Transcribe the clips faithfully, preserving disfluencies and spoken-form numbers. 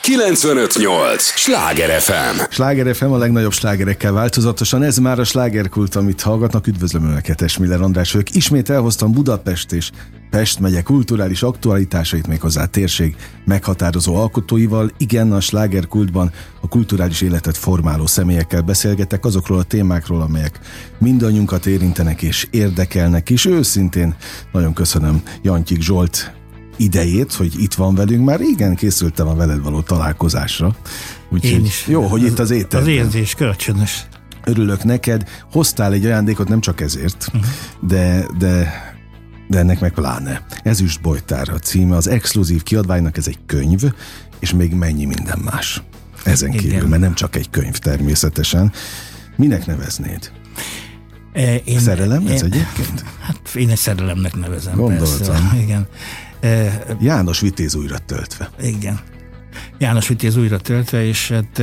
kilencvenöt nyolc Sláger ef em. Sláger ef em a legnagyobb slágerekkel változatosan. Ez már a slágerkult, amit hallgatnak. Üdvözlöm Önöket, Esmiller András vagyok. Ismét elhoztam Budapest és Pest megye kulturális aktualitásait, méghozzá térség meghatározó alkotóival. Igen, a slágerkultban a kulturális életet formáló személyekkel beszélgetek azokról a témákról, amelyek mindannyiunkat érintenek és érdekelnek is. Őszintén nagyon köszönöm Jantyik Zsolt idejét, hogy itt van velünk. Már régen készültem a veled való találkozásra. Úgyhogy Én is. Jó, hogy itt az ételben. Az érzés kölcsönös. Örülök neked. Hoztál egy ajándékot nem csak ezért, uh-huh. de, de, de ennek meg pláne. Ezüstbojtár a címe, az exkluzív kiadványnak, ez egy könyv, és még mennyi minden más. Ezen kívül, igen. Mert nem csak egy könyv természetesen. Minek neveznéd? Én, Szerelem ez én, egyébként? Hát én egy szerelemnek nevezem. Gondoltam. Persze. Igen. János Vitéz újra töltve. Igen. János Vitéz újra töltve, és hát...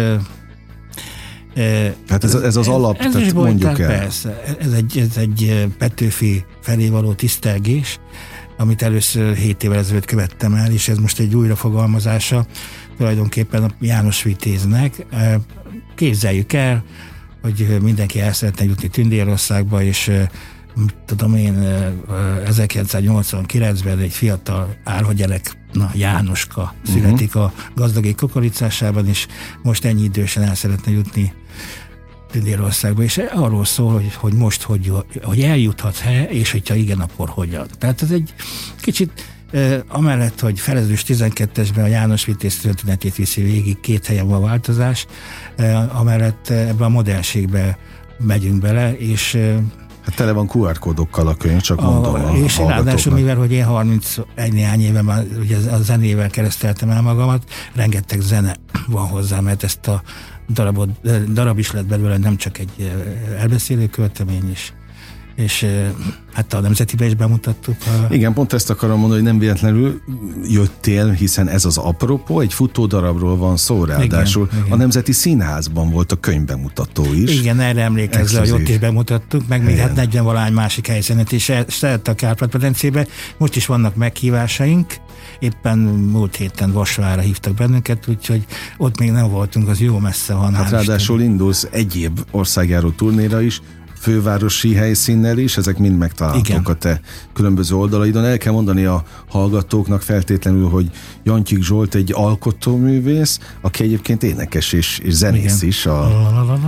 Hát ez, ez az alap, ez tehát mondjuk el. Persze. Ez egy, ez egy Petőfi felé való tisztelgés, amit először hét évvel ezelőtt követtem el, és ez most egy újrafogalmazása tulajdonképpen a János Vitéznek. Képzeljük el, hogy mindenki el szeretne jutni Tündérországba, és tudom én, ezerkilencszáznyolcvankilencben egy fiatal árvagyerek, na Jánoska születik uh-huh. a gazdagék kukoricásában, és most ennyi idősen el szeretne jutni Tündérországba, és arról szól, hogy, hogy most hogy, hogy eljuthatsz-e, és hogyha igen, akkor hogyan. Tehát ez egy kicsit eh, amellett, hogy Felezős tizenkettesben a János Vitéz történetét viszi végig, két helyen van változás, eh, amellett ebbe a modernségbe megyünk bele, és eh, hát tele van kú er kódokkal a könyv, csak mondom a, a és ráadásul, mivel hogy én harmincegy néhány éve már ugye a zenével kereszteltem el magamat, rengeteg zene van hozzá, mert ezt a darabot, darab is lett belőle, nem csak egy elbeszélő költemény is. És hát a Nemzetibe is bemutattuk. A... Igen, pont ezt akarom mondani, hogy nem véletlenül jöttél, hiszen ez az apropó, egy futódarabról van szó, ráadásul igen, igen. A Nemzeti Színházban volt a könyvbemutató is. Igen, erre emlékezve, hogy ott is bemutattuk, meg még hát negyven-valahány másik helyszínet is szeret a Kárpát-medencébe. Most is vannak meghívásaink, éppen múlt héten Vasvára hívtak bennünket, úgyhogy ott még nem voltunk, az jó messze van. Hát ráadásul Isten. Indulsz egyéb országjáró turnéra is, fővárosi helyszínnel is, ezek mind megtalálhatók igen. a te különböző oldalaidon. El kell mondani a hallgatóknak feltétlenül, hogy Jantyik Zsolt egy alkotóművész, aki egyébként énekes és, és zenész igen. is. A...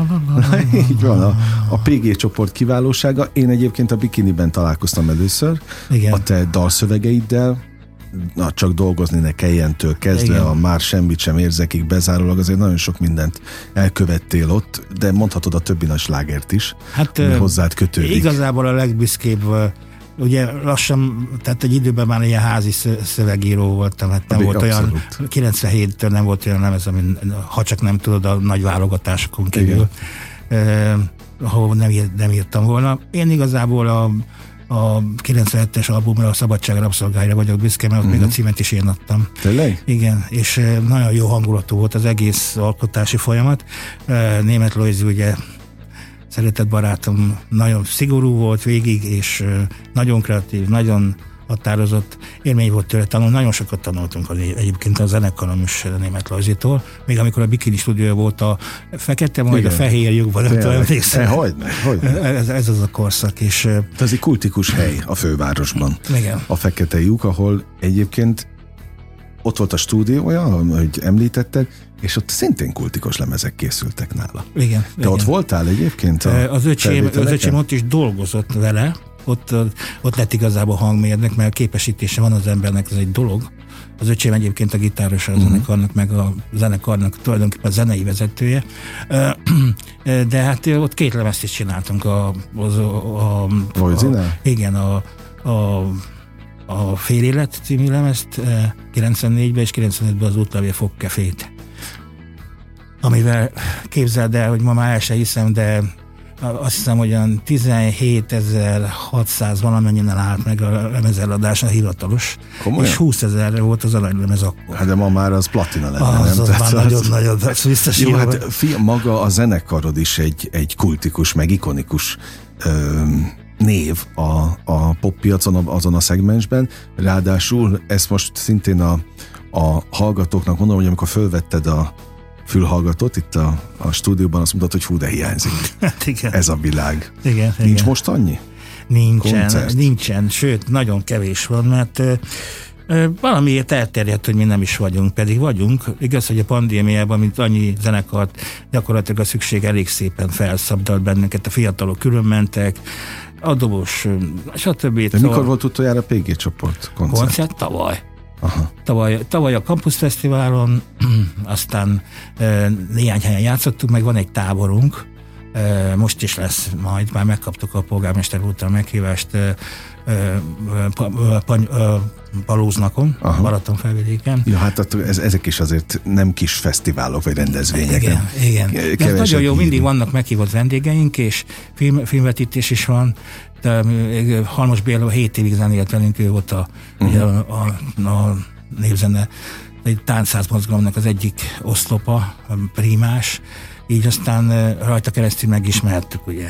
Így van, a, a pé gé csoport kiválósága. Én egyébként a Bikiniben találkoztam először, igen. a te dalszövegeiddel, na, csak dolgozni ne kelljentől kezdve igen. a Már semmit sem érzekig bezárólag azért nagyon sok mindent elkövettél ott, de mondhatod a többi nagy slágert is, hát, ami hozzád kötődik. Igazából a legbüszkébb, ugye lassan, tehát egy időben már ilyen házi szövegíró voltam, hát nem volt abszolút. Olyan, kilencvenhéttől nem volt olyan lemez, ami, ha csak nem tudod, a nagy válogatásokon kívül, eh, ahol nem, ír, nem írtam volna. Én igazából a a kilencvenhetes albumra, a Szabadság rabszolgáira vagyok büszke, mert ott uh-huh. még a címet is én adtam. Tényleg? Igen, és nagyon jó hangulatú volt az egész alkotási folyamat. Németh Lojzi ugye szeretett barátom, nagyon szigorú volt végig, és nagyon kreatív, nagyon határozott élmény volt tőle tanulni. Nagyon sokat tanultunk az, egyébként a zenekarom is Németh Lojzitól. Még amikor a Bikini stúdió volt a fekete, majd igen. a fehér lyukban, nem tudom, emlékszem. Hogyne, hogyne. Ez, ez az a korszak. És, ez egy kultikus hely a fővárosban. Igen. A Fekete lyuk, ahol egyébként ott volt a stúdiója, ahogy említetted, és ott szintén kultikus lemezek készültek nála. Igen. Te igen. ott voltál egyébként? Az öcsém, az öcsém ott is dolgozott vele, Ott, ott lett igazából hangmérnök, mert a képesítése van az embernek, ez egy dolog. Az öcsém egyébként a gitáros a uh-huh. zenekarnak, meg a zenekarnak tulajdonképpen a zenei vezetője. De hát ott két lemezt is csináltunk. A, az, a, a, a, igen, a, a, a Fél élet című lemezt kilencvennégyben és kilencvenötben az Útlevél Fogkefét. Amivel képzeld el, hogy ma már el se hiszem, de azt hiszem, hogy olyan tizenhétezer-hatszáz valamennyien állt meg a lemezeladás, a hivatalos. Komolyan? És húszezerre volt az aranylemez akkor. Hát de ma már az platina lenne, az, nem? Az már nagyon-nagyon, az biztos. Jó, hát fia, maga a zenekarod is egy, egy kultikus, meg ikonikus ö, név a, a poppiacon, azon a szegmensben. Ráadásul ezt most szintén a a hallgatóknak mondom, hogy amikor fölvetted a fülhallgatót itt a, a stúdióban, azt mondtad, hogy hú, de hiányzik. Hát igen. Ez a világ. Igen, Nincs igen. most annyi? Nincsen, koncert? nincsen, sőt, nagyon kevés van, mert ö, ö, valamiért elterjedt, hogy mi nem is vagyunk, pedig vagyunk. Igaz, hogy a pandémiában, mint annyi zenekart, gyakorlatilag a szükség elég szépen felszabdalt bennünket, a fiatalok külön mentek, a dobos, stb. De mikor volt utoljára pé gé csoport koncert? Koncert tavaly. Aha. Tavaly, tavaly a Campus Fesztiválon, aztán e, néhány helyen játszottuk, meg van egy táborunk, e, most is lesz majd, már megkaptuk a polgármester úrtól meghívást e, e, pa, pa, pa, Palóznakon, Balatonfelvidéken. Ja, hát ez, ezek is azért nem kis fesztiválok vagy rendezvények. Igen, nem? igen. De ez nagyon jó, mindig vannak meghívott vendégeink, és film, filmvetítés is van. De Halmos Béla hét évig zenélt velünk, ő volt a, uh-huh. a, a, a névzene egy táncszázmozgalomnak az egyik oszlopa, a primás, így aztán rajta keresztül megismertük, ugye,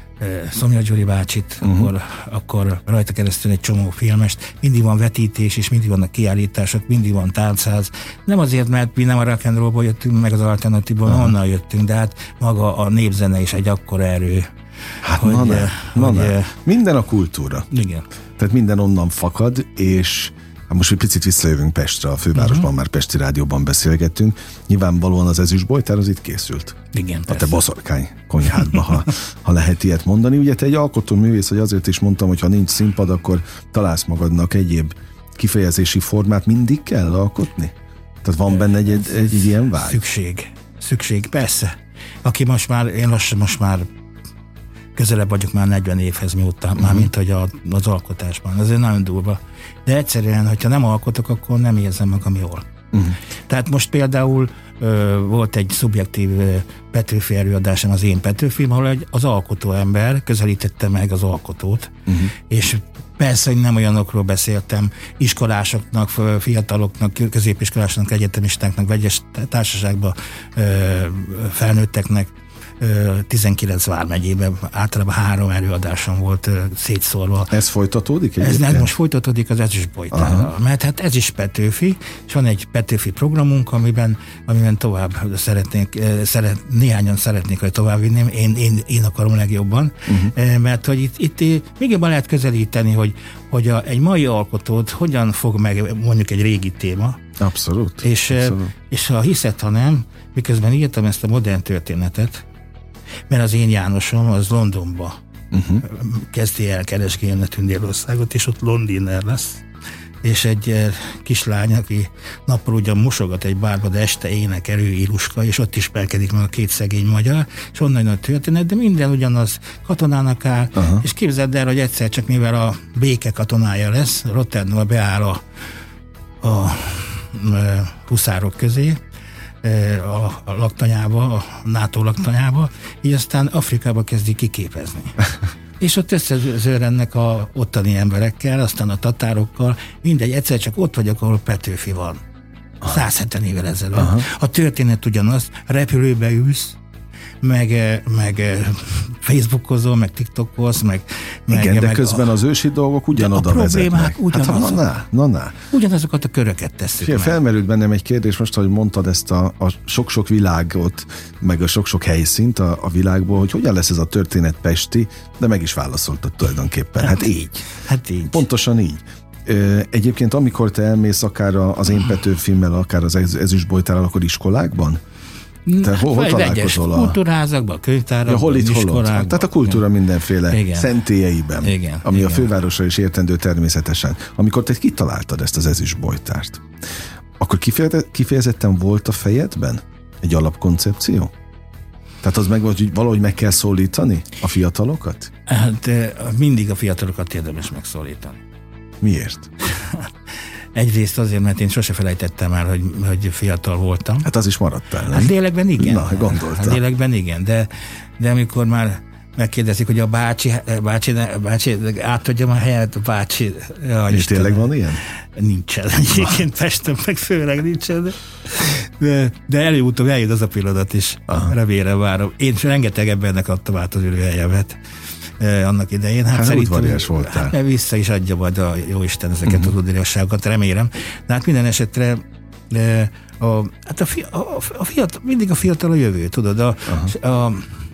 Szomja Gyuri bácsit, uh-huh. akkor, akkor rajta keresztül egy csomó filmest, mindig van vetítés, és mindig vannak kiállítások, mindig van táncház. Nem azért, mert mi nem a rock and rollból jöttünk, meg az alternatívból, uh-huh. onnan jöttünk, de hát maga a népzene is egy akkora erő. Hát hogy, na ne, na hogy, ne. Minden a kultúra. Igen. Tehát minden onnan fakad, és hát most egy picit visszajövünk Pestre, a fővárosban, uh-huh. már Pesti Rádióban beszélgettünk. Nyilvánvalóan az ezüstbojtár az itt készült. Igen, a te boszorkány konyhádba, ha, ha lehet ilyet mondani. Ugye te egy alkotóművész, hogy azért is mondtam, hogy ha nincs színpad, akkor találsz magadnak egyéb kifejezési formát. Mindig kell alkotni? Tehát van benne egy, egy, egy ilyen vágy? Szükség. Szükség, persze. Aki most már, én lassan most már közelebb vagyok már negyven évhez mióta, uh-huh. már mint hogy a, az alkotásban. Ez nagyon durva. De egyszerűen, hogyha nem alkotok, akkor nem érzem magam jól. Uh-huh. Tehát most például ö, volt egy szubjektív ö, Petőfi előadásom, az én Petőfim, ahol egy, az alkotó ember közelítette meg az alkotót, uh-huh. és persze, hogy nem olyanokról beszéltem, iskolásoknak, fiataloknak, középiskolásoknak, egyetemistáknak, vegyes társaságban ö, felnőtteknek, tizenkilenc vármegyében általában három előadásom volt szétszórva. Ez folytatódik? Ez nem, most folytatódik az ezüstbojtárral, mert hát ez is Petőfi, és van egy Petőfi programunk, amiben, amiben tovább szeretnék, szeret, néhányan szeretnék, hogy tovább vinném, én, én, én akarom legjobban, uh-huh. mert hogy itt, itt még jobban lehet közelíteni, hogy, hogy a, egy mai alkotót hogyan fog meg mondjuk egy régi téma. Abszolút. És, abszolút. és ha hiszed, ha nem, miközben írtam ezt a modern történetet, mert az én Jánosom az Londonba uh-huh. kezdi el keresgélni a Tündérországot, és ott londiner lesz, és egy uh, kislány, aki nappal ugyan mosogat egy bárba, de este énekel, ő Iruska, és ott ismerkedik meg a két szegény magyar, és onnan jön a történet, de minden ugyanaz, katonának áll, uh-huh. és képzeld el, hogy egyszer csak mivel a béke katonája lesz, Rotterdamba beáll a, a, a huszárok közé, a, a laktanyába, a NATO laktanyába, így aztán Afrikába kezdik kiképezni. És ott összezőrennek a ottani emberekkel, aztán a tatárokkal, mindegy, egyszer csak ott vagyok, ahol Petőfi van. száz hetven évvel ezelőtt. Aha. A történet ugyanaz, repülőbe ülsz, meg, meg Facebookozol, meg TikTokolsz, meg... Igen, meg, de meg közben a, az ősi dolgok ugyanoda vezetnek. Ugyanazok. Hát, na, na, na, na. Ugyanazokat a köröket tesszük Fé, meg. Felmerült bennem egy kérdés most, hogy mondtad ezt a, a sok-sok világot, meg a sok-sok helyszínt a, a világból, hogy hogyan lesz ez a történet pesti, de meg is válaszoltad tulajdonképpen. Hát, hát így. Hát így. Pontosan így. Egyébként amikor te elmész akár az Én Petőfimmel, akár az ezüstbojtárral, akkor iskolákban? Te hol, hol találkozol? A kultúrházakban, könyvtárakban, ja, hol itt, hol ott? Tehát a kultúra igen. mindenféle igen. szentélyeiben, igen. ami igen. a fővárosra is értendő természetesen. Amikor te kitaláltad ezt az ezüstbojtárt, akkor kifejezetten volt a fejedben egy alapkoncepció? Tehát az meg volt, hogy valahogy meg kell szólítani a fiatalokat? Hát mindig a fiatalokat érdemes megszólítani. Miért? Egyrészt azért, mert én sose felejtettem el, hogy, hogy fiatal voltam. Hát az is maradtál, nem? Hát lélekben igen. Na, gondoltam. Hát lélekben igen, de, de amikor már megkérdezik, hogy a bácsi, bácsi, bácsi átadjam a helyet, a bácsi... Ja, és tényleg van ilyen? Nincsen. Egyébként Pesten meg főleg nincsen. De, de előutóbb eljön az a pillanat is. Aha. Remélem várom. Én rengeteg embernek adtam át az ülőhelyemet. Eh, annak idején. Hát, hát szerintem voltál. Hát, vissza is adja majd a jóisten ezeket uh-huh. az udvariasságokat, remélem. De hát minden esetre a, hát a, fi, a, a fiatal, mindig a fiatal a jövő, tudod, a, a, a,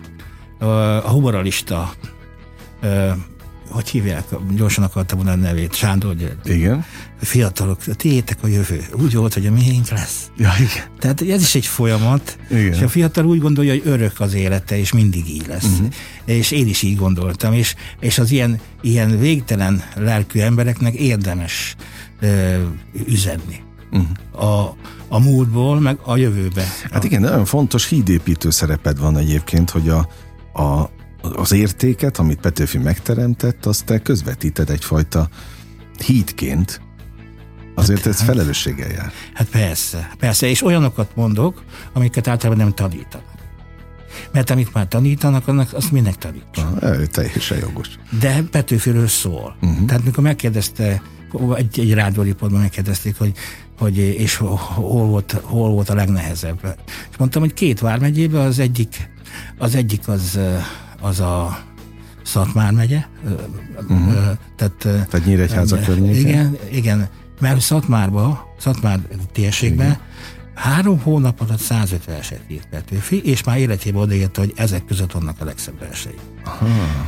a humoralista, a, hogy hívják, gyorsan akartam volna a nevét, Sándor György. Igen. Fiatalok, tiétek a jövő. Úgy volt, hogy a miénk lesz. Ja, igen. Tehát ez is egy folyamat, igen. És a fiatal úgy gondolja, hogy örök az élete, és mindig így lesz. Uh-huh. És én is így gondoltam, és, és az ilyen, ilyen végtelen lelkű embereknek érdemes ö, üzenni. Uh-huh. A, a múltból, meg a jövőbe. Hát igen, nagyon fontos hídépítő szereped van egyébként, hogy a, a az értéket, amit Petőfi megteremtett, azt te közvetíted egyfajta hídként. Azért ez felelősséggel jár. Hát persze, persze, és olyanokat mondok, amiket általában nem tanítanak. Mert amit már tanítanak, annak azt minek tanítsa. Ah, teljesen jogos. De Petőfiről szól. Uh-huh. Tehát mikor megkérdezte, egy, egy rádióriportban megkérdezték, hogy, hogy és hol volt, hol volt a legnehezebb. És mondtam, hogy két vármegyében az egyik, az egyik az az a Szatmár megye. Uh-huh. Tehát, Tehát Nyíregyháza környéken. Igen, igen, mert Szatmárba, Szatmár térségben igen. három hónap alatt százöt verset írt Petőfi, és már életében odaírta, hogy ezek között vannak a legszebb versei. Aha.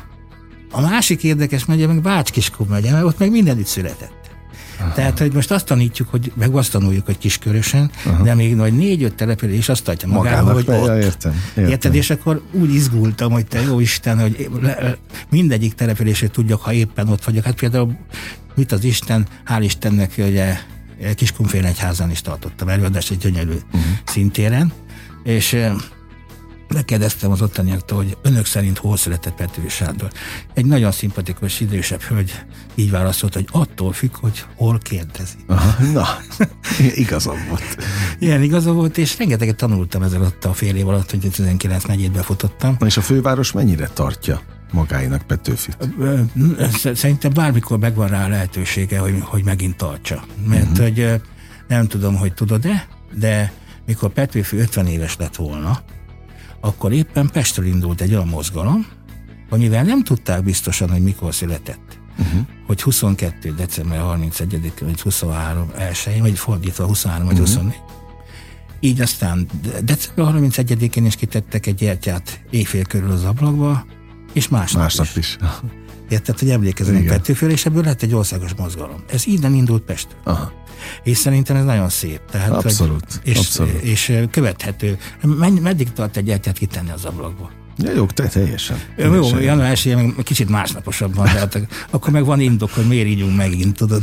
A másik érdekes megye, meg Bács-Kiskun megye, mert ott meg mindenütt született. Aha. Tehát, hogy most azt tanítjuk, hogy meg azt tanuljuk, hogy Kiskörösen, aha. de még nagy négy-öt település azt tartja magába, hogy ott. Ja, értem, értem. Érted? És akkor úgy izgultam, hogy te jó Isten, hogy mindegyik települését tudjak, ha éppen ott vagyok. Hát például mit az Isten, hál' Istennek, ugye Kiskunfélegyházán is tartottam előadást egy gyönyörű uh-huh. szintéren, és megkérdeztem az ottaniaktól, hogy önök szerint hol született Petőfi Sándor. Egy nagyon szimpatikus, idősebb hölgy így válaszolt, hogy attól függ, hogy hol kérdezi. Aha, na, igazam volt. Igen, igazam volt, és rengeteget tanultam ezzel ott a fél év alatt, hogy tizenkilenc megyét befutottam. Na és a főváros mennyire tartja magáinak Petőfit? Szerintem bármikor megvan rá a lehetősége, hogy, hogy megint tartsa. Mert uh-huh. hogy nem tudom, hogy tudod-e, de mikor Petőfi ötven éves lett volna, akkor éppen Pestről indult egy olyan mozgalom, amivel nem tudták biztosan, hogy mikor született. Uh-huh. Hogy huszonkettő december harmincegyedikén, vagy huszonhárom elsején, vagy fordítva huszonhárom, vagy uh-huh. huszonnégy. Így aztán december harmincegyedikén is kitettek egy gyertyát éjfél körül az ablakba, és másnap, másnap is. is. Érted, hogy emlékezzenek Petőfire, és ebből lett egy országos mozgalom. Ez innen indult Pestről. Aha. És szerintem ez nagyon szép. Tehát, abszolút. Hogy, és, abszolút. És követhető. Meddig tart egy gyertyát kitenni az ablakba? Ja, jó, te teljesen. teljesen. Jó, január elsőjén meg kicsit másnaposabban, tehát akkor meg van indok, hogy miért ígyunk megint, tudod,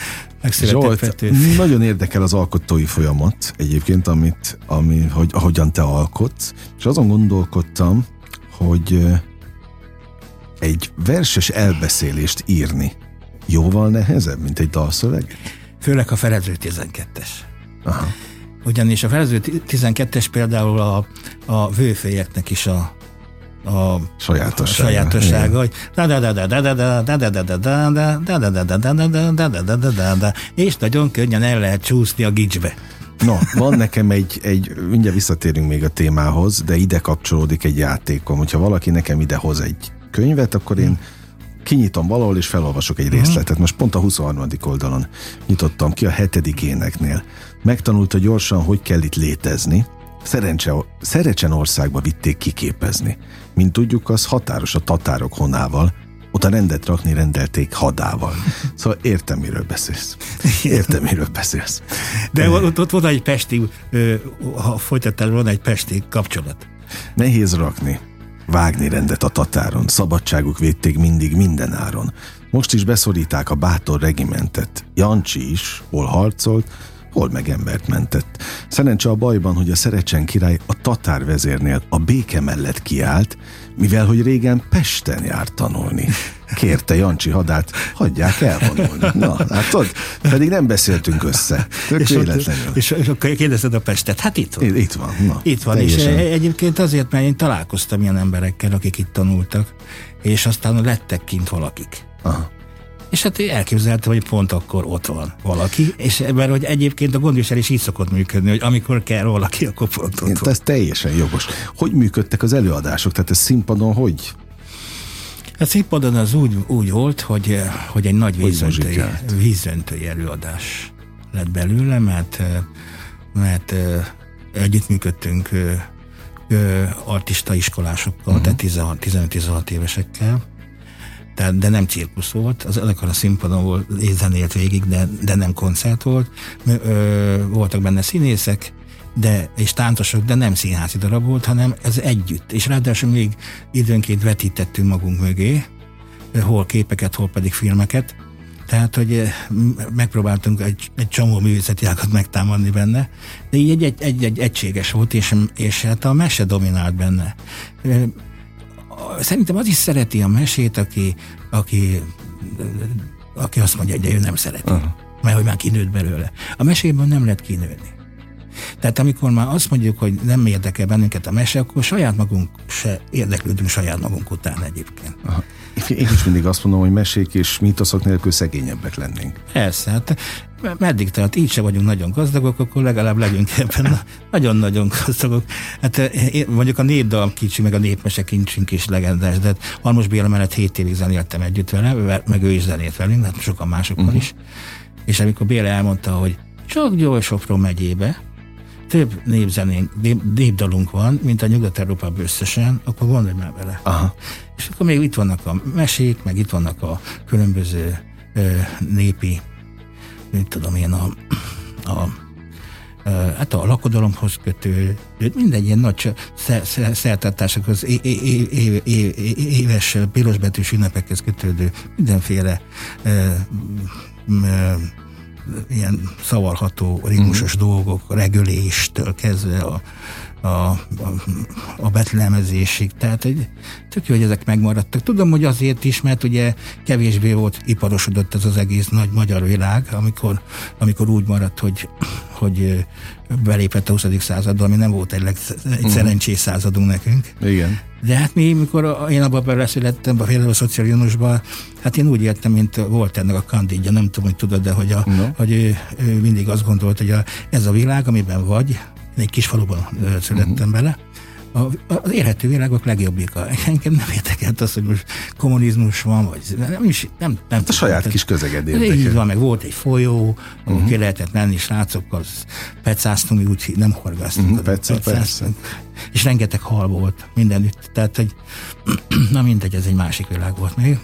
Zsolt, Petőfi. Nagyon érdekel az alkotói folyamat egyébként, amit, ami, hogy, ahogyan te alkotsz, és azon gondolkodtam, hogy egy verses elbeszélést írni jóval nehezebb, mint egy dalszöveg? Főleg a Felező tizenkettes. Aha. Ugyanis a Felező tizenkettes például a, a vőfélyeknek is a, a sajátossága, sajátossága hogy és nagyon könnyen el lehet csúszni a gicsbe. No, van nekem egy, egy, mindjárt visszatérünk még a témához, de ide kapcsolódik egy játékom. Hogyha valaki nekem ide hoz egy könyvet, akkor én kinyitom valahol, és felolvasok egy részletet. Most pont a huszonharmadik oldalon nyitottam ki, a hetedik éneknél. Megtanulta gyorsan, hogy kell itt létezni. Szerencse, Szerecsenországba vitték kiképezni. Mint tudjuk, az határos a tatárok honával. Ott a rendet rakni rendelték hadával. Szóval értem, miről beszélsz. Értem, miről beszélsz. De ott, ott van egy pesti, ha folytattál, van egy pesti kapcsolat. Nehéz rakni, vágni rendet a tatáron. Szabadságuk védték mindig minden áron. Most is beszoríták a bátor regimentet. Jancsi is, hol harcolt, hol meg embert mentett. Szerencse a bajban, hogy a Szerecsen király a tatár vezérnél a béke mellett kiállt, mivel hogy régen Pesten járt tanulni. Kérte Jancsi hadát, hagyják elvonulni. Na, látod? Pedig nem beszéltünk össze. Tök és, véletlenül. És, és akkor kérdezted a Pestet. Hát itt van. Itt van. Na, itt van. És egyébként azért, mert én találkoztam ilyen emberekkel, akik itt tanultak, és aztán lettek kint valakik. Aha. És hát elképzeltem, hogy pont akkor ott van valaki, és mert hogy egyébként a gondviselés is így szokott működni, hogy amikor kell valaki, akkor pont ott van. Ez teljesen jogos. Hogy működtek az előadások? Tehát ez színpadon hogy? A színpadon az úgy, úgy volt, hogy, hogy egy nagy vízöntői, vízöntői előadás lett belőle, mert mert ö, együttműködtünk ö, ö, artista iskolásokkal, uh-huh. tehát tizenöt-tizenhat évesekkel, tehát, de nem cirkusz volt, az zenekar a színpadon volt, zenélt végig, de, de nem koncert volt. Ö, voltak benne színészek, de, és táncosok, de nem színházi darab volt, hanem ez együtt. És ráadásul még időnként vetítettünk magunk mögé, hol képeket, hol pedig filmeket. Tehát, hogy megpróbáltunk egy, egy csomó művészeti ágat megtámadni benne, de így egy, egy, egy, egy egységes volt, és, és hát a mese dominált benne. Szerintem az is szereti a mesét, aki, aki, aki azt mondja, hogy ő nem szereti, uh-huh. mert hogy már kinőtt belőle. A meséből nem lehet kinőni. Tehát amikor már azt mondjuk, hogy nem érdekel bennünket a mese, akkor saját magunk se érdeklődünk saját magunk után egyébként. Aha. Én is mindig azt mondom, hogy mesék és mítoszok nélkül szegényebbek lennénk. Persze, hát meddig tart, így se vagyunk nagyon gazdagok, akkor legalább legyünk ebben nagyon-nagyon gazdagok. Hát mondjuk a népdal kicsi, meg a népmese kincsünk is legendás, de Halmos Béla mellett hét évig zenéltem együtt vele, meg ő is zenélt velünk, hát sokan másokkal uh-huh. is. És amikor Béla elmondta, hogy csak Győr-Sopron megyébe több népzenénk, nép, népdalunk van, mint a Nyugat-Európában összesen, akkor gondolj már vele. Aha. És akkor még itt vannak a mesék, meg itt vannak a különböző ö, népi, mit tudom én, a, a, a, hát a lakodalomhoz kötő, mindegy ilyen nagy szertartásokhoz, é, é, é, é, é, éves pirosbetűs ünnepekhez kötődő mindenféle ö, ö, ilyen szavarható, ritmusos mm. dolgok, regöléstől kezdve a, a, a, a betlemezésig. Tehát egy, tök jó, hogy ezek megmaradtak. Tudom, hogy azért is, mert ugye kevésbé volt iparosodott ez az egész nagy magyar világ, amikor, amikor úgy maradt, hogy, hogy belépett a huszadik századba, ami nem volt egy, leg, egy mm. szerencsés századunk nekünk. Igen. De hát mi, mikor én abban beleszülettem, például a szocializmusban, hát én úgy éltem, mint volt ennek a Kandidja, nem tudom, hogy tudod, de hogy, a, no. hogy ő, ő mindig azt gondolt, hogy a, ez a világ, amiben vagy, én egy kis faluban születtem uh-huh. bele, a, az élhető világok legjobbika. Engem nem érdekelt az, hogy most kommunizmus van, vagy nem is, nem, nem a saját kis közeged érdekel. Így van, meg volt egy folyó, ahol uh-huh. ki lehetett menni srácokkal, pecáztunk, úgy nem horgáztunk. Uh-huh, Pecá, persze. És rengeteg hal volt mindenütt. Tehát, hogy na mindegy, ez egy másik világ volt még.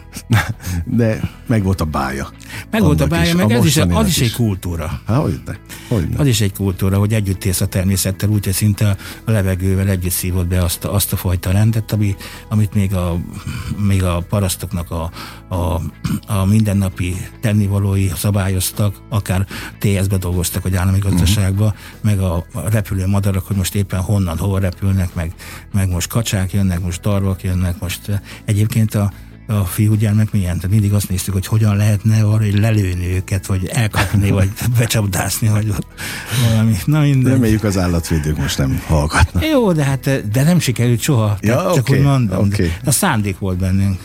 De meg volt a bája. Meg volt a bája, is, meg a ez is, az is, is egy kultúra. Há, hogyne, hogyne. Az is egy kultúra, hogy együtt élsz a természettel, úgy, hogy szinte a levegővel együtt szívod be azt, azt a fajta rendet, ami, amit még a, még a parasztoknak a, a, a mindennapi tennivalói szabályoztak, akár té es-be dolgoztak, vagy állami gazdaságba, uh-huh. meg a, a repülő madarak, hogy most éppen honnan, hol repülnek, meg, meg most kacsák jönnek, most darvak jönnek, most egyébként a a fiúgyermek milyen? Tehát mindig azt néztük, hogy hogyan lehetne arra, hogy lelőni őket, vagy elkapni, vagy becsapdászni, vagy valami. Na minden. Reméljük az állatvédők most nem hallgatnak. Jó, de hát de nem sikerült soha. Ja, csak okay, úgy mondom. Okay. A szándék volt bennünk.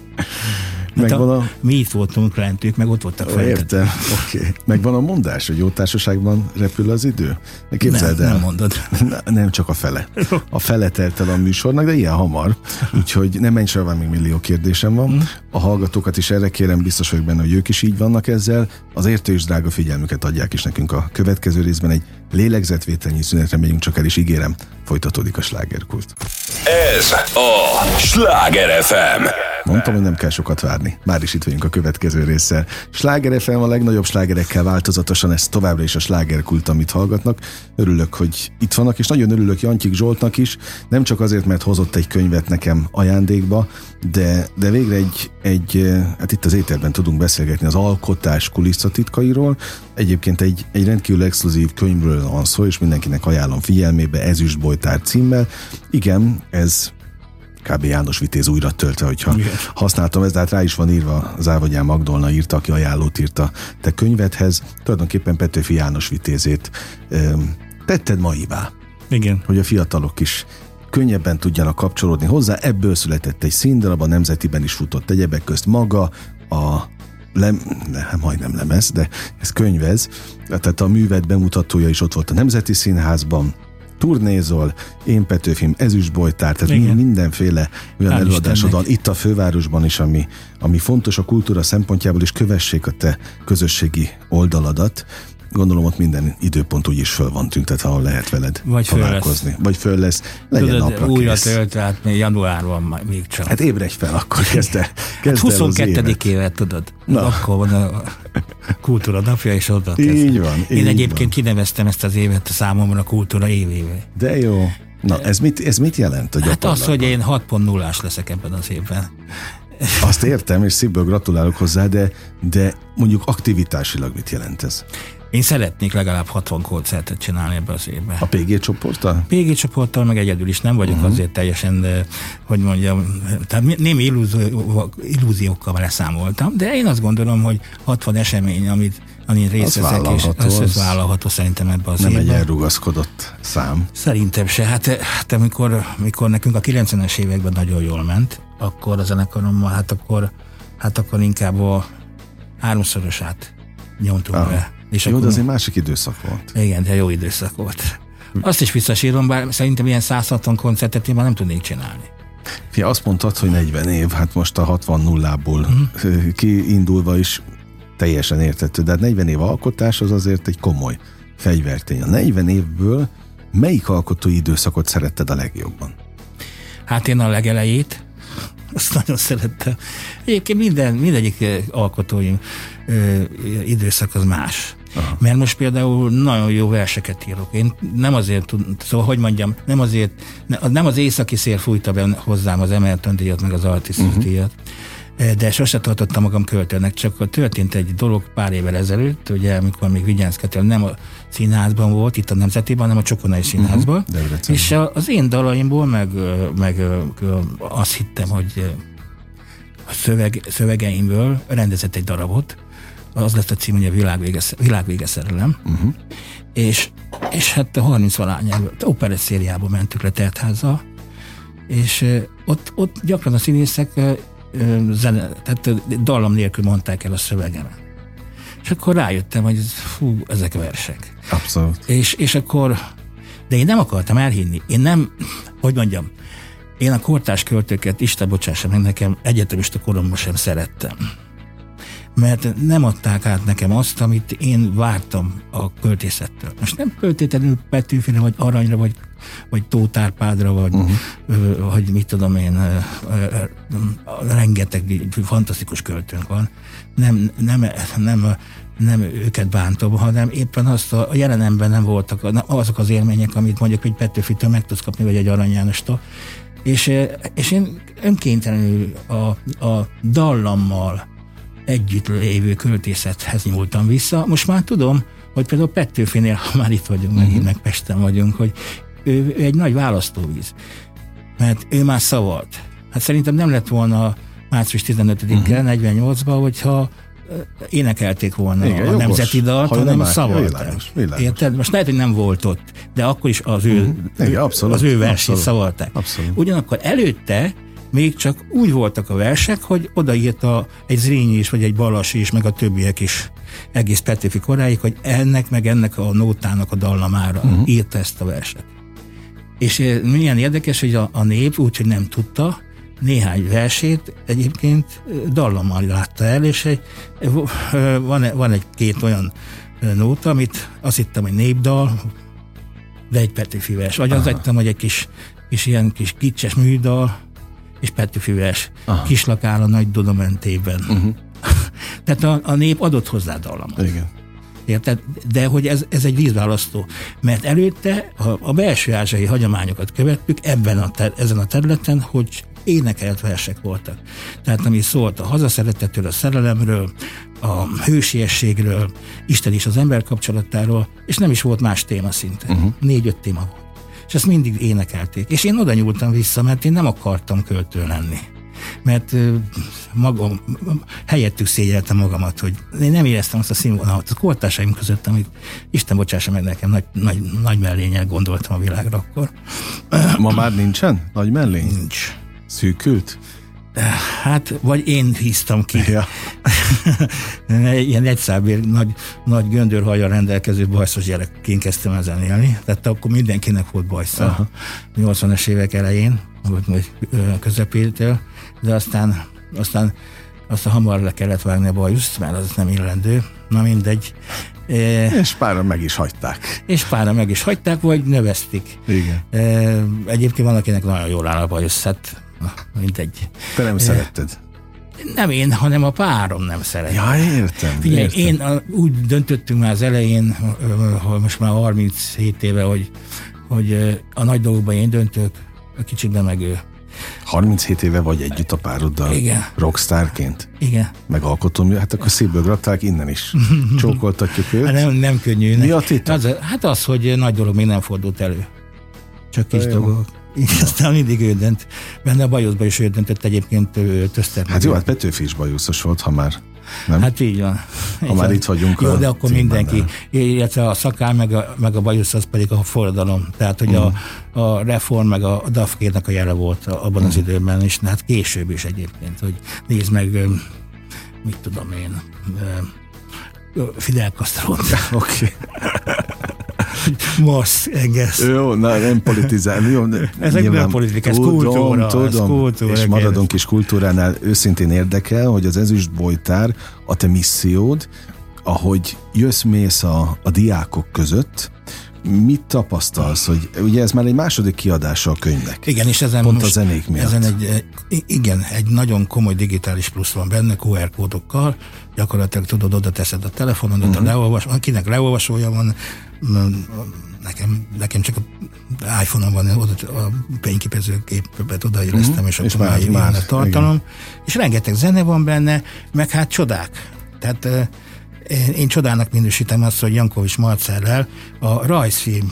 Hát a, a... Mi itt voltunk lentük, meg ott voltak feltet. Értem, oké. Okay. Megvan a mondás, hogy jó társaságban repül az idő? Képzeld nem, el. Nem mondod. Na, nem csak a fele. A fele telt el a műsornak, de ilyen hamar. Úgyhogy nem menj sorban, még millió kérdésem van. A hallgatókat is erre kérem, biztos vagyok benne, hogy ők is így vannak ezzel. Az értő és drága figyelmüket adják is nekünk a következő részben. Egy lélegzetvételnyi szünetre megyünk csak el, és ígérem, folytatódik a slágerkult. Ez a Sláger ef em. Mondtam, hogy nem kell sokat várni. Már is itt vagyunk a következő résszel. Sláger ef em a legnagyobb slágerekkel változatosan, ez továbbra is a slágerkult, amit hallgatnak. Örülök, hogy itt vannak, és nagyon örülök Jantyik Zsoltnak is, nem csak azért, mert hozott egy könyvet nekem ajándékba, de, de végre egy, egy, hát itt az éterben tudunk beszélgetni az alkotás kulisszatitkairól. Egyébként egy, egy rendkívül exkluzív könyvről van szó, és mindenkinek ajánlom figyelmébe, Ezüstbolytár címmel. Igen, ez kb. János Vitéz újra töltve, hogyha igen. használtam ezt, de hát rá is van írva, Závogyán Magdolna írta, aki ajánlót írta te könyvedhez, tulajdonképpen Petőfi János Vitézét öm, tetted maivá. Igen. Hogy a fiatalok is könnyebben tudjanak kapcsolódni hozzá, ebből született egy színdarab, a Nemzetiben is futott egyebek közt maga, a lem, nem, majdnem lemez, de ez könyvez, tehát a műved bemutatója is ott volt a Nemzeti Színházban, turnézol, Én Petőfim, Ezüstbolytár, tehát igen. mindenféle olyan Hál' előadásod van itt a fővárosban is, ami, ami fontos a kultúra szempontjából is, kövessék a te közösségi oldaladat, gondolom ott minden időpont úgyis föl van tüntetve, ahol lehet veled vagy találkozni. Föl Vagy föl lesz, legyen Tudod, napra újra kész. tölt, tehát még januárban még csak. Hát ébredj fel, akkor kezd el, kezd hát el az huszonkettedikén évet. évet, tudod. Na. Akkor van a kultúra napja, és oda Így van, Én így egyébként van. kineveztem ezt az évet számomra a kultúra évévé. De jó. Na, ez mit, ez mit jelent a Hát gyakorlatban? az, hogy én hat pont nullás leszek ebben az évben. Azt értem, és szívből gratulálok hozzá, de, de mondjuk aktivitásilag mit jelent ez? Én szeretnék legalább hatvan koncertet csinálni ebbe az évben. A pé gé csoporttal? pé gé csoporttal, meg egyedül is nem vagyok uh-huh. azért teljesen, de, hogy mondjam, tehát némi illúzió, illúziókkal leszámoltam, de én azt gondolom, hogy hatvan esemény, amit amin részt veszek, és az, az vállalható szerintem ebbe az nem évben. Nem egy elrugaszkodott szám. Szerintem se. Hát, hát amikor, amikor nekünk a kilencvenes években nagyon jól ment, akkor a zenekarommal, hát akkor, hát akkor inkább a háromszorosát nyomtunk ah. be. És jó, akkor, de azért másik időszak volt. Igen, de jó időszak volt. Azt is visszasírom, bár szerintem ilyen száz hatvan koncertet én már nem tudnék csinálni. Fia, azt mondtad, hogy negyven év, hát most a hatvan nullából mm. kiindulva is teljesen értető, de hát negyven év alkotás az azért egy komoly fegyvertény. A negyven évből melyik alkotói időszakot szeretted a legjobban? Hát én a legelejét, azt nagyon szerettem. Egyébként minden, mindegyik alkotói ö, időszak az más. Aha. Mert most például nagyon jó verseket írok. Én nem azért tud, szóval hogy mondjam, nem azért, nem az északi szél fújta be hozzám az Emerton díjat, meg az Artistus uh-huh. díjat, de sose tartottam magam költőnek, csak történt egy dolog pár évvel ezelőtt, ugye, amikor még Vigyánszketel nem a színházban volt, itt a Nemzetiben, hanem a Csokonai Színházban, uh-huh. és az én dalaimból, meg, meg azt hittem, hogy a szöveg, szövegeimből rendezett egy darabot, az lett a cím, hogy a világvége, világvége szerelem, uh-huh. és, és hát a harminc-valány operett szériába mentük le Teltházzal, és ott, ott gyakran a színészek zene, tehát dallam nélkül mondták el a szövegemet. És akkor rájöttem, hogy fú, ezek versek. Abszolút. És, és akkor, de én nem akartam elhinni. Én nem, hogy mondjam, én a kortárs költőket, Isten bocsássa meg, nekem egyetemista koromban sem szerettem. Mert nem adták át nekem azt, amit én vártam a költészettől. Most nem feltétlenül Petőfire, vagy Aranyra, vagy, vagy Tóth Árpádra, vagy, uh-huh. ö, hogy mit tudom én, ö, ö, ö, rengeteg fantasztikus költőnk van. Nem, nem, nem, nem őket bántom, hanem éppen azt a, a jelenemben nem voltak azok az élmények, amit mondjuk, hogy Petőfitől meg tudsz kapni, vagy egy Arany Jánostól. És, és én önkéntelenül a, a dallammal együtt lévő költészethez nyúltam vissza. Most már tudom, hogy például Petőfinél, ha már itt vagyunk, uh-huh. meg, meg Pesten vagyunk, hogy ő, ő egy nagy választóvíz. Mert ő már szavalt. Hát szerintem nem lett volna március tizenötödike uh-huh. negyvennyolcban, hogyha énekelték volna igen, a jogos. Nemzeti dalt, ha hanem szavalták. Érted? Most lehet, hogy nem volt ott, de akkor is az ő, uh-huh. igen, abszolút, az ő versét szavalták. Abszolút. Ugyanakkor előtte még csak úgy voltak a versek, hogy odaírta egy Zrínyi is, vagy egy Balasi is, meg a többiek is egész Petőfi koráig, hogy ennek meg ennek a nótának a dallamára uh-huh. írta ezt a verset. És milyen érdekes, hogy a, a nép úgy, hogy nem tudta, néhány versét egyébként dallammal látta el, és egy, van, van egy-két olyan nóta, amit azt hittem, hogy népdal, de egy Petőfi vers. Vagy azt hittem, hogy egy kis, kis ilyen kis kicses műdal, és Petőfi vers. Kislak áll a nagy Duna mentében. Uh-huh. Tehát a, a nép adott hozzá dallamot. Igen. Érted? De hogy ez, ez egy vízválasztó. Mert előtte a, a belső ázsiai hagyományokat követtük ebben a ter, ezen a területen, hogy énekelt versek voltak. Tehát ami szólt a hazaszeretetről, a szerelemről, a hősiességről, Isten és az ember kapcsolatáról, és nem is volt más téma szinte. Uh-huh. Négy-öt téma volt. És ezt mindig énekelték. És én oda nyúltam vissza, mert én nem akartam költő lenni. Mert uh, magam, helyettük szégyeltem magamat, hogy én nem éreztem azt a színvonalat a kortársaim között, amit Isten bocsássa meg nekem, nagy, nagy, nagy mellénnyel gondoltam a világra akkor. Ma már nincsen nagy mellény? Nincs. Szűkült? Hát, vagy én híztam ki. Ja. Ilyen egyszábér, nagy, nagy göndörhajjal rendelkező bajszos gyerekként kezdtem ezen élni. Tehát akkor mindenkinek volt bajsza. Aha. nyolcvanas évek elején, vagy közepétől, de aztán, aztán azt a hamar le kellett vágni a bajuszt, mert az nem illendő. Na mindegy. És páran meg is hagyták. És páran meg is hagyták, vagy növezték. Igen. Egyébként van, akinek nagyon jól áll a bajusz, hát na, mindegy. Te nem szeretted? Nem én, hanem a párom nem szeret. Ja, értem. Figyelj, értem. én a, úgy döntöttünk már az elején, hogy most már harminchét éve, hogy, hogy a nagy dolgokban én döntök, a kicsikben meg ő. harminchét éve vagy együtt a pároddal? Igen. Rockstarként? Igen. Meg alkotom, hát akkor szívből gratulálok innen is. Csókoltatjuk őt. Hát nem, nem könnyű. Mi a titok? Az, hát az, hogy nagy dolog még nem fordult elő. Csak kis dolgok. Igen, aztán mindig ő dönt. Benne a bajuszban is ő döntött, egyébként ő öltöztet. Hát jó, hát Petőfi is bajuszos volt, ha már nem? Hát így van. Ha így már van. Itt vagyunk. Jó, de akkor mindenki. Nem. Illetve a szakál meg a, meg a bajusz, az pedig a forradalom. Tehát, hogy mm. a, a reform meg a dafkének a jele volt abban mm. az időben, és hát később is egyébként, hogy nézd meg, mit tudom én, Fidel Castro. Oké. Mars, Engels. Jó, na, nem politizálni. Jó, ezek nyilván, nem politika, ez kultúra. Tudom, ez kultúra, és maradunk is kultúránál. Őszintén érdekel, hogy az ezüstbolytár a te missziód, ahogy jössz-mész a, a diákok között, mit tapasztalsz, hogy ugye ez már egy második kiadása a könyvnek. Igen, és ezen pont most, a zenék miatt. Ezen egy, igen, egy nagyon komoly digitális plusz van benne, kú er kódokkal, gyakorlatilag tudod, oda teszed a telefonodat, uh-huh. a leolvas, akinek leolvasója van, nekem, nekem csak a iPhone-on van, oda a fényképezőgépet odaéreztem, uh-huh. és akkor már jön a tartalom, igen. És rengeteg zene van benne, meg hát csodák. Tehát én csodának minősítem azt, hogy Jankovics Marcellel a rajzfilm,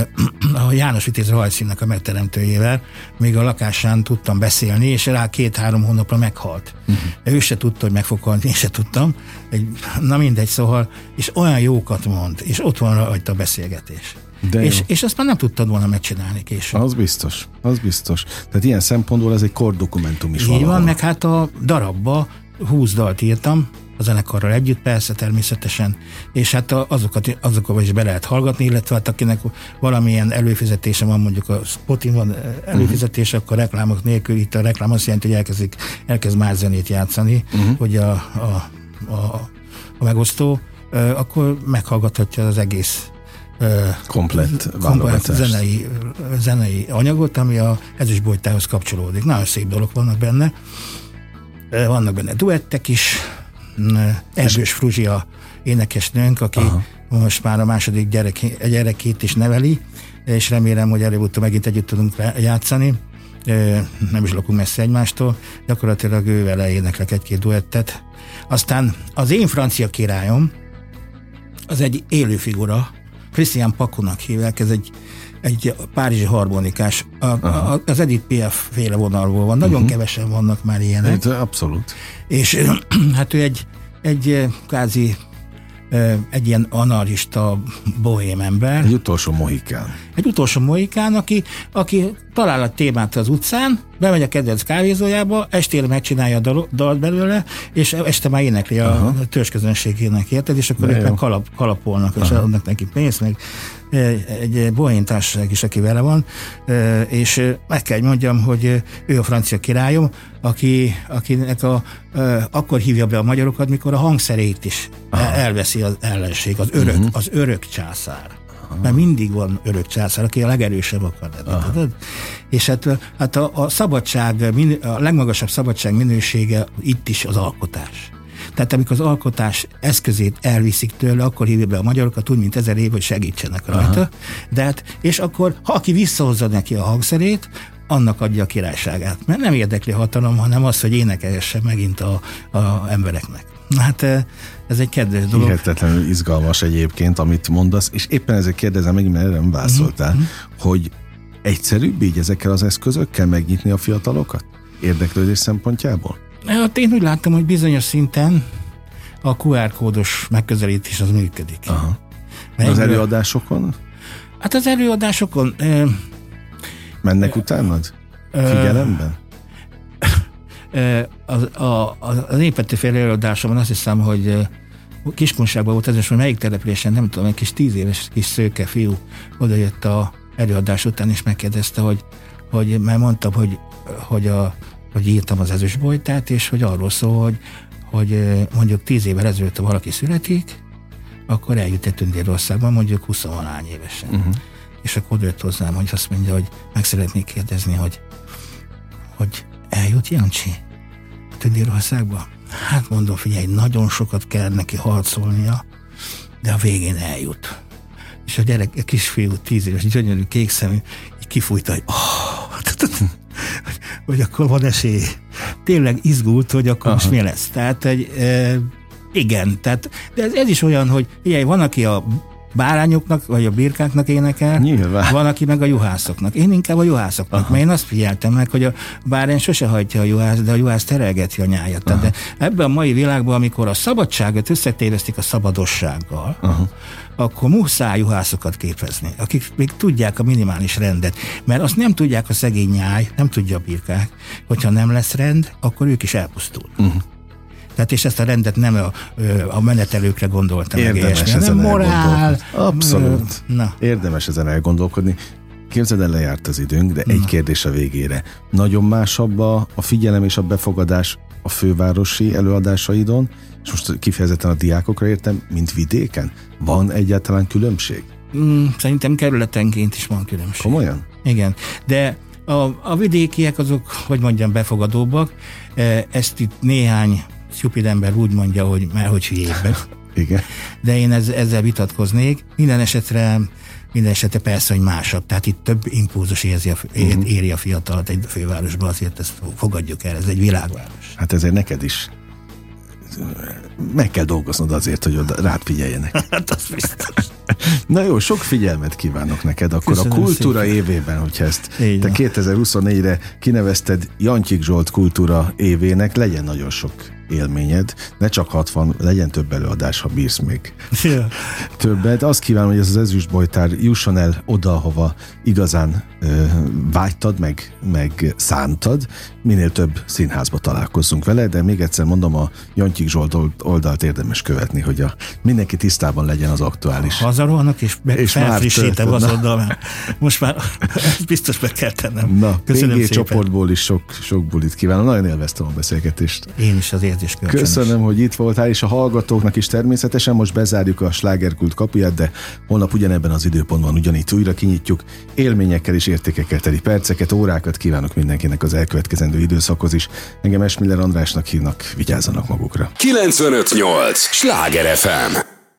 a János Vitéz rajzfilmnek a megteremtőjével még a lakásán tudtam beszélni, és rá két-három hónapra meghalt. Uh-huh. Ő se tudta, hogy meg fog halni, én se tudtam. Egy, na mindegy, szóval, és olyan jókat mond, és ott van rajta a beszélgetés. És, és azt már nem tudtad volna megcsinálni később. Az biztos, az biztos. Tehát ilyen szempontból ez egy kordokumentum is van. Így van, meg hát a darabba húsz dalt írtam, a zenekarral együtt, persze, természetesen, és hát azokat, azokat is be lehet hallgatni, illetve hát akinek valamilyen előfizetése van, mondjuk a Spotin van előfizetése, uh-huh. akkor reklámok nélkül, itt a reklám azt jelenti, hogy elkezdik, elkezd más zenét játszani, uh-huh. hogy a, a, a, a megosztó, akkor meghallgathatja az egész komplett, komplett zenei, zenei anyagot, ami a ezüstbolytárhoz kapcsolódik. Nagyon szép dolog vannak benne. Vannak benne duettek is, Erzsős Fruzsia énekesnőnk, aki aha. most már a második gyerek, gyerekét is neveli, és remélem, hogy előbb-utóbb megint együtt tudunk játszani. Nem is lakunk messze egymástól, gyakorlatilag ő vele éneklek egy-két duettet. Aztán az én francia királyom, az egy élő figura, Christian Pacunak hívják, ez egy egy párizsi harmonikás. A, a, az Edith Piaf féle vonalból van. Nagyon uh-huh. kevesen vannak már ilyenek. Abszolút. És hát ő egy, egy kázi egy ilyen anarchista bohém ember. Egy utolsó mohikán. Egy utolsó mohikán, aki, aki talál a témát az utcán, bemegy a kedvenc kávézójába, estére megcsinálja a dalt belőle, és este már énekli a, a törzsközönségének, érted? És akkor ők meg kalap, kalapolnak, és adnak neki pénzt, meg egy bohém társaság is, aki vele van, és meg kell mondjam, hogy ő a francia királyom, aki, akinek a, akkor hívja be a magyarokat, mikor a hangszerét is aha. elveszi az ellenség, az örök, uh-huh. az örök császár. Aha. Mert mindig van örök császár, aki a legerősebb akar lenni. És hát, hát a, a szabadság, a legmagasabb szabadság minősége itt is az alkotás. Tehát amikor az alkotás eszközét elviszik tőle, akkor hívja be a magyarokat úgy, mint ezer év, hogy segítsenek rajta. Aha. De hát, és akkor, ha aki visszahozza neki a hangszerét, annak adja a királyságát. Mert nem érdekli a hatalom, hanem az, hogy énekeljessen megint a, a embereknek. Hát ez egy kedves dolog. Hihetetlenül izgalmas egyébként, amit mondasz, és éppen ezért kérdezem meg, mert erre nem válaszoltál, mm-hmm. hogy egyszerűbb így ezekkel az eszközökkel megnyitni a fiatalokat? Érdeklődés szempontjából? Hát én úgy láttam, hogy bizonyos szinten a kú er kódos megközelítés az működik. Aha. Az előadásokon? Hát az előadásokon... Eh, mennek eh, utánad? Figyelemben? Eh, az, a, az én Petőfi előadásomon azt hiszem, hogy Kiskunságban volt ez, és melyik településen, nem tudom, egy kis tíz éves kis szőke fiú odajött a előadás után, és megkérdezte, hogy, hogy mert mondtam, hogy, hogy a hogy írtam az Ezüstbojtát, és hogy arról szól, hogy, hogy mondjuk tíz évvel ezelőtt, ha valaki születik, akkor eljut egy Tündérországban, mondjuk huszonvalány évesen. Uh-huh. És akkor jött hozzám, hogy azt mondja, hogy meg szeretnék kérdezni, hogy, hogy eljut Jancsi a Tündérországba? Hát mondom, figyelj, nagyon sokat kell neki harcolnia, de a végén eljut. És a gyerek, a kisfiú, tíz éves, gyönyörű, kék szemű, így kifújta, hogy oh, hogy akkor van esély. Tényleg izgult, hogy akkor Aha. most mi lesz. Tehát egy, e, igen, tehát, de ez, ez is olyan, hogy figyelj, van, aki a bárányoknak, vagy a birkáknak énekel, Nyilván. Van, aki meg a juhászoknak. Én inkább a juhászoknak, Aha. mert én azt figyeltem meg, hogy a bárány sose hajtja a juhász, de a juhász terelgeti a nyájat. Tehát de ebben a mai világban, amikor a szabadságot összetévesztik a szabadossággal, Aha. akkor muszáj juhászokat képezni, akik még tudják a minimális rendet, mert azt nem tudják a szegény nyáj, nem tudja a birkák, hogyha nem lesz rend, akkor ők is elpusztul. Uh-huh. Tehát és ezt a rendet nem a, a menetelőkre gondoltam. Érdemes meg, ezen morál. Abszolút. Na. Érdemes ezen elgondolkodni. Képzeld el, lejárt az időnk, de egy Na. kérdés a végére. Nagyon másabb a, a figyelem és a befogadás a fővárosi előadásaidon, és most kifejezetten a diákokra értem, mint vidéken? Van egyáltalán különbség? Mm, szerintem kerületenként is van különbség. Komolyan? Igen, de a, a vidékiek azok, hogy mondjam, befogadóbbak. Ezt itt néhány szupid ember úgy mondja, hogy már hogy hülyébbek. Igen. De én ez, ezzel vitatkoznék. Minden esetre, minden esetre persze, hogy másabb. Tehát itt több impulzus érzi a, uh-huh. éri a fiatalat egy fővárosban, azért ezt fogadjuk el, ez egy világváros. Hát ezért neked is meg kell dolgoznod azért, hogy oda rád figyeljenek. Hát az biztos. Na jó, sok figyelmet kívánok neked. Akkor Köszönöm a kultúra szépen. Évében, hogyha ezt Így te kétezer-huszonnégyre kinevezted Jancsik Zsolt kultúra évének, legyen nagyon sok élményed, ne csak hatvan, legyen több előadás, ha bírsz még ja. többet. Azt kívánom, hogy ez az Ezüstbojtár jusson el oda, hova igazán ö, vágytad, meg, meg szántad, minél több színházba találkozzunk vele, de még egyszer mondom, a Jancsik Zsolt oldalt érdemes követni, hogy a, mindenki tisztában legyen az aktuális. Hazarohanak, és, be, és felfrissítem az oldalán. Most már biztos meg kell tennem. Na, Köszönöm szépen. Csoportból is sok, sok bulit kívánom. Nagyon élveztem a beszélgetést. Én is azért. Köszönöm, hogy itt voltál, és a hallgatóknak is természetesen. Most bezárjuk a slágerkult kapuját, de holnap ugyanebben az időpontban ugyanígy újra kinyitjuk. Élményekkel és értékekkel teli perceket, órákat kívánok mindenkinek az elkövetkezendő időszakhoz is. Engem Esmiller Andrásnak hívnak, vigyázzanak magukra. kilencvenöt nyolc Sláger ef em